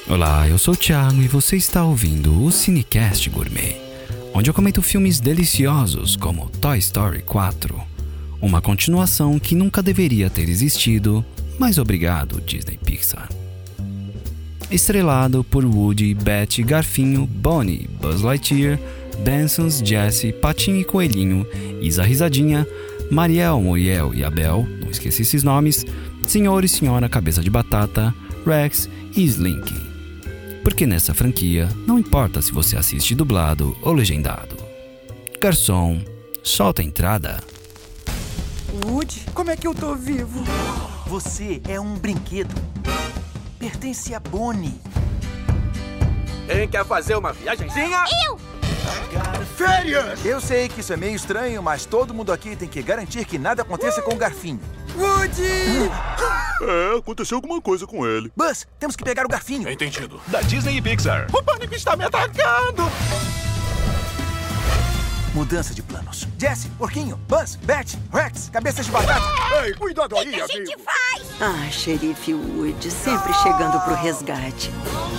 Olá, eu sou o Thiago e você está ouvindo o Cinecast Gourmet, onde eu comento filmes deliciosos como Toy Story 4, uma continuação que nunca deveria ter existido, mas obrigado Disney Pixar. Estrelado por Woody, Betty, Garfinho, Bonnie, Buzz Lightyear, Bensons, Jessie, Patinho e Coelhinho, Isa Risadinha, Mariel, Muriel e Abel, não esqueci esses nomes, Senhor e Senhora Cabeça de Batata, Rex e Slinky. Porque nessa franquia, não importa se você assiste dublado ou legendado. Garçom, solta a entrada. Woody, como é que eu tô vivo? Você é um brinquedo. Pertence a Bonnie. Quem quer fazer uma viagenzinha? Eu! Férias! Eu sei que isso é meio estranho, mas todo mundo aqui tem que garantir que nada aconteça com o Garfinho. Woody! Aconteceu alguma coisa com ele. Buzz, temos que pegar o Garfinho. Entendido. Da Disney e Pixar. O pânico está me atacando! Mudança de planos. Jessie, Porquinho, Buzz, Betty, Rex, Cabeças de Batata. Ei, cuidado aí, O que a amigo! gente faz? Ah, xerife Woody, sempre chegando pro resgate.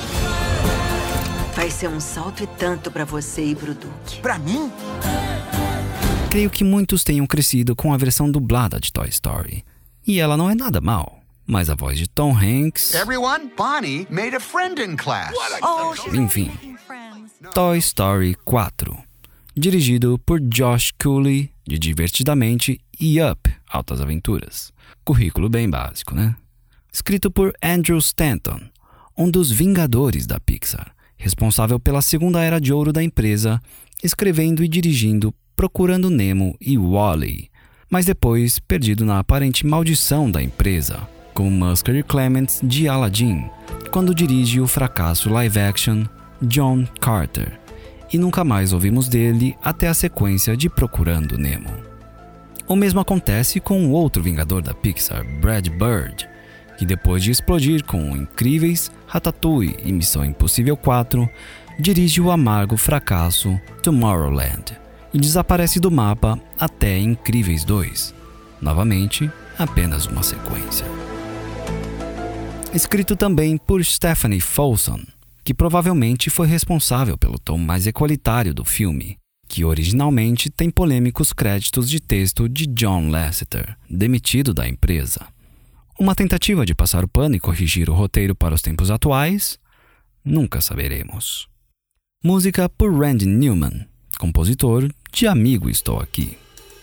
Vai ser um salto e tanto pra você e pro Duque. Pra mim? Creio que muitos tenham crescido com a versão dublada de Toy Story. E ela não é nada mal, mas a voz de Tom Hanks... Everyone, Bonnie made a friend in class. Enfim, Toy Story 4. Dirigido por Josh Cooley, de Divertidamente e Up, Altas Aventuras. Currículo bem básico, né? Escrito por Andrew Stanton, um dos Vingadores da Pixar, responsável pela segunda era de ouro da empresa, escrevendo e dirigindo Procurando Nemo e Wall-E, mas depois perdido na aparente maldição da empresa, como Musker e Clements de Aladdin, quando dirige o fracasso live-action John Carter, e nunca mais ouvimos dele até a sequência de Procurando Nemo. O mesmo acontece com o outro Vingador da Pixar, Brad Bird, que depois de explodir com Incríveis, Ratatouille e Missão Impossível 4, dirige o amargo fracasso Tomorrowland e desaparece do mapa até Incríveis 2, novamente apenas uma sequência. Escrito também por Stephanie Folsom, que provavelmente foi responsável pelo tom mais equalitário do filme, que originalmente tem polêmicos créditos de texto de John Lasseter, demitido da empresa. Uma tentativa de passar o pano e corrigir o roteiro para os tempos atuais? Nunca saberemos. Música por Randy Newman, compositor de Amigo Estou Aqui.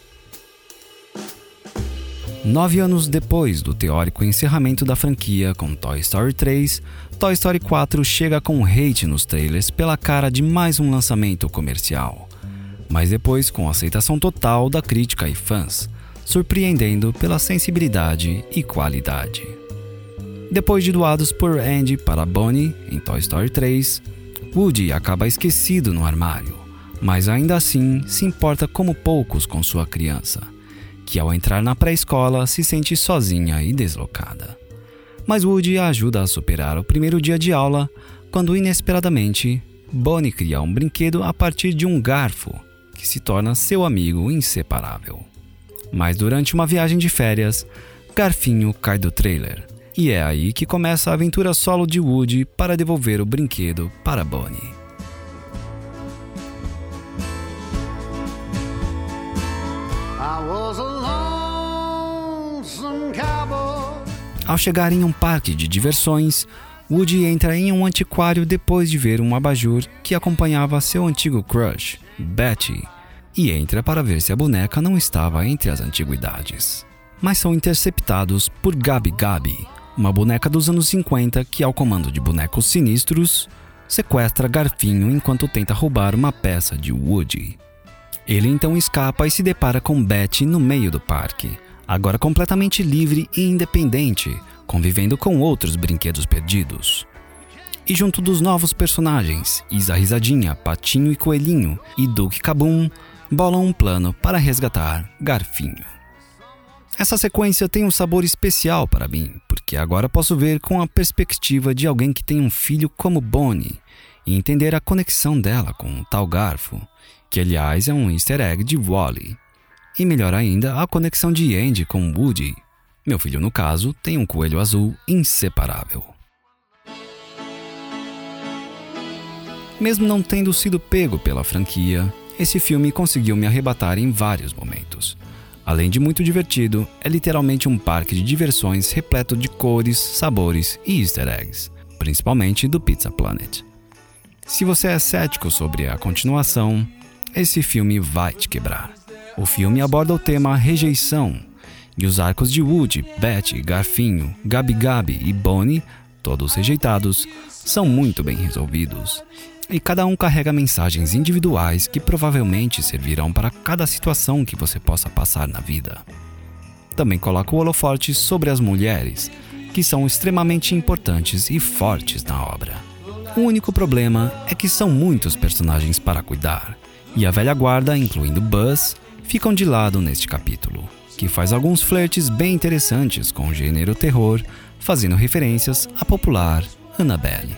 9 anos depois do teórico encerramento da franquia com Toy Story 3, Toy Story 4 chega com hate nos trailers pela cara de mais um lançamento comercial, mas depois com aceitação total da crítica e fãs, surpreendendo pela sensibilidade e qualidade. Depois de doados por Andy para Bonnie em Toy Story 3, Woody acaba esquecido no armário, mas ainda assim se importa como poucos com sua criança, que ao entrar na pré-escola se sente sozinha e deslocada. Mas Woody a ajuda a superar o primeiro dia de aula, quando inesperadamente Bonnie cria um brinquedo a partir de um garfo, que se torna seu amigo inseparável. Mas durante uma viagem de férias, Garfinho cai do trailer, e é aí que começa a aventura solo de Woody para devolver o brinquedo para Bonnie. Ao chegar em um parque de diversões, Woody entra em um antiquário depois de ver um abajur que acompanhava seu antigo crush, Betty, e entra para ver se a boneca não estava entre as antiguidades. Mas são interceptados por Gabi Gabi, uma boneca dos anos 50 que, ao comando de bonecos sinistros, sequestra Garfinho enquanto tenta roubar uma peça de Woody. Ele então escapa e se depara com Betty no meio do parque, agora completamente livre e independente, convivendo com outros brinquedos perdidos. E junto dos novos personagens, Isa Risadinha, Patinho e Coelhinho e Duke Kabum, bolam um plano para resgatar Garfinho. Essa sequência tem um sabor especial para mim, porque agora posso ver com a perspectiva de alguém que tem um filho como Bonnie e entender a conexão dela com o tal garfo, que aliás é um easter egg de Wall-E. E melhor ainda, a conexão de Andy com Woody. Meu filho, no caso, tem um coelho azul inseparável. Mesmo não tendo sido pego pela franquia, esse filme conseguiu me arrebatar em vários momentos. Além de muito divertido, é literalmente um parque de diversões repleto de cores, sabores e easter eggs, principalmente do Pizza Planet. Se você é cético sobre a continuação, esse filme vai te quebrar. O filme aborda o tema rejeição, e os arcos de Woody, Betty, Garfinho, Gabi Gabi e Bonnie, todos rejeitados, são muito bem resolvidos. E cada um carrega mensagens individuais que provavelmente servirão para cada situação que você possa passar na vida. Também coloca o holofote sobre as mulheres, que são extremamente importantes e fortes na obra. O único problema é que são muitos personagens para cuidar, e a velha guarda, incluindo Buzz, ficam de lado neste capítulo, que faz alguns flertes bem interessantes com o gênero terror, fazendo referências à popular Annabelle.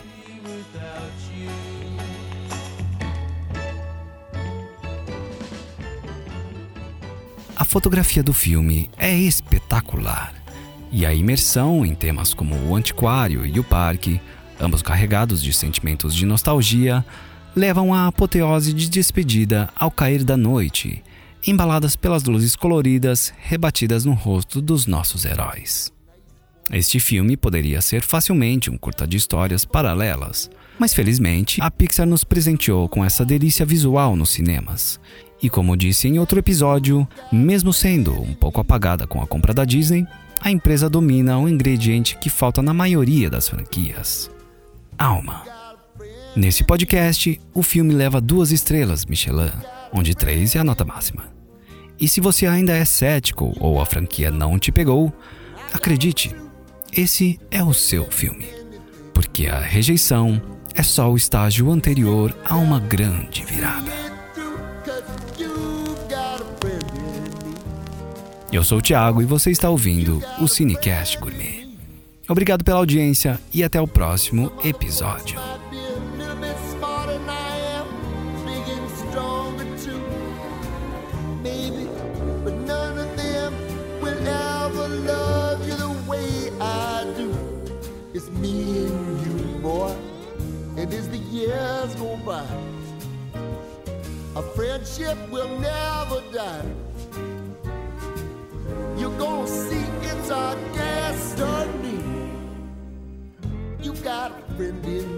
A fotografia do filme é espetacular, e a imersão em temas como o antiquário e o parque, ambos carregados de sentimentos de nostalgia, levam à apoteose de despedida ao cair da noite, embaladas pelas luzes coloridas rebatidas no rosto dos nossos heróis. Este filme poderia ser facilmente um curta de histórias paralelas, mas felizmente a Pixar nos presenteou com essa delícia visual nos cinemas. E como disse em outro episódio, mesmo sendo um pouco apagada com a compra da Disney, a empresa domina um ingrediente que falta na maioria das franquias: alma. Nesse podcast, o filme leva 2 estrelas Michelin, onde 3 é a nota máxima. E se você ainda é cético ou a franquia não te pegou, acredite, esse é o seu filme. Porque a rejeição é só o estágio anterior a uma grande virada. Eu sou o Thiago e você está ouvindo o Cinecast Gourmet. Obrigado pela audiência e até o próximo episódio. A friendship will never die. You're gonna see it's our destiny. You got a friend in me.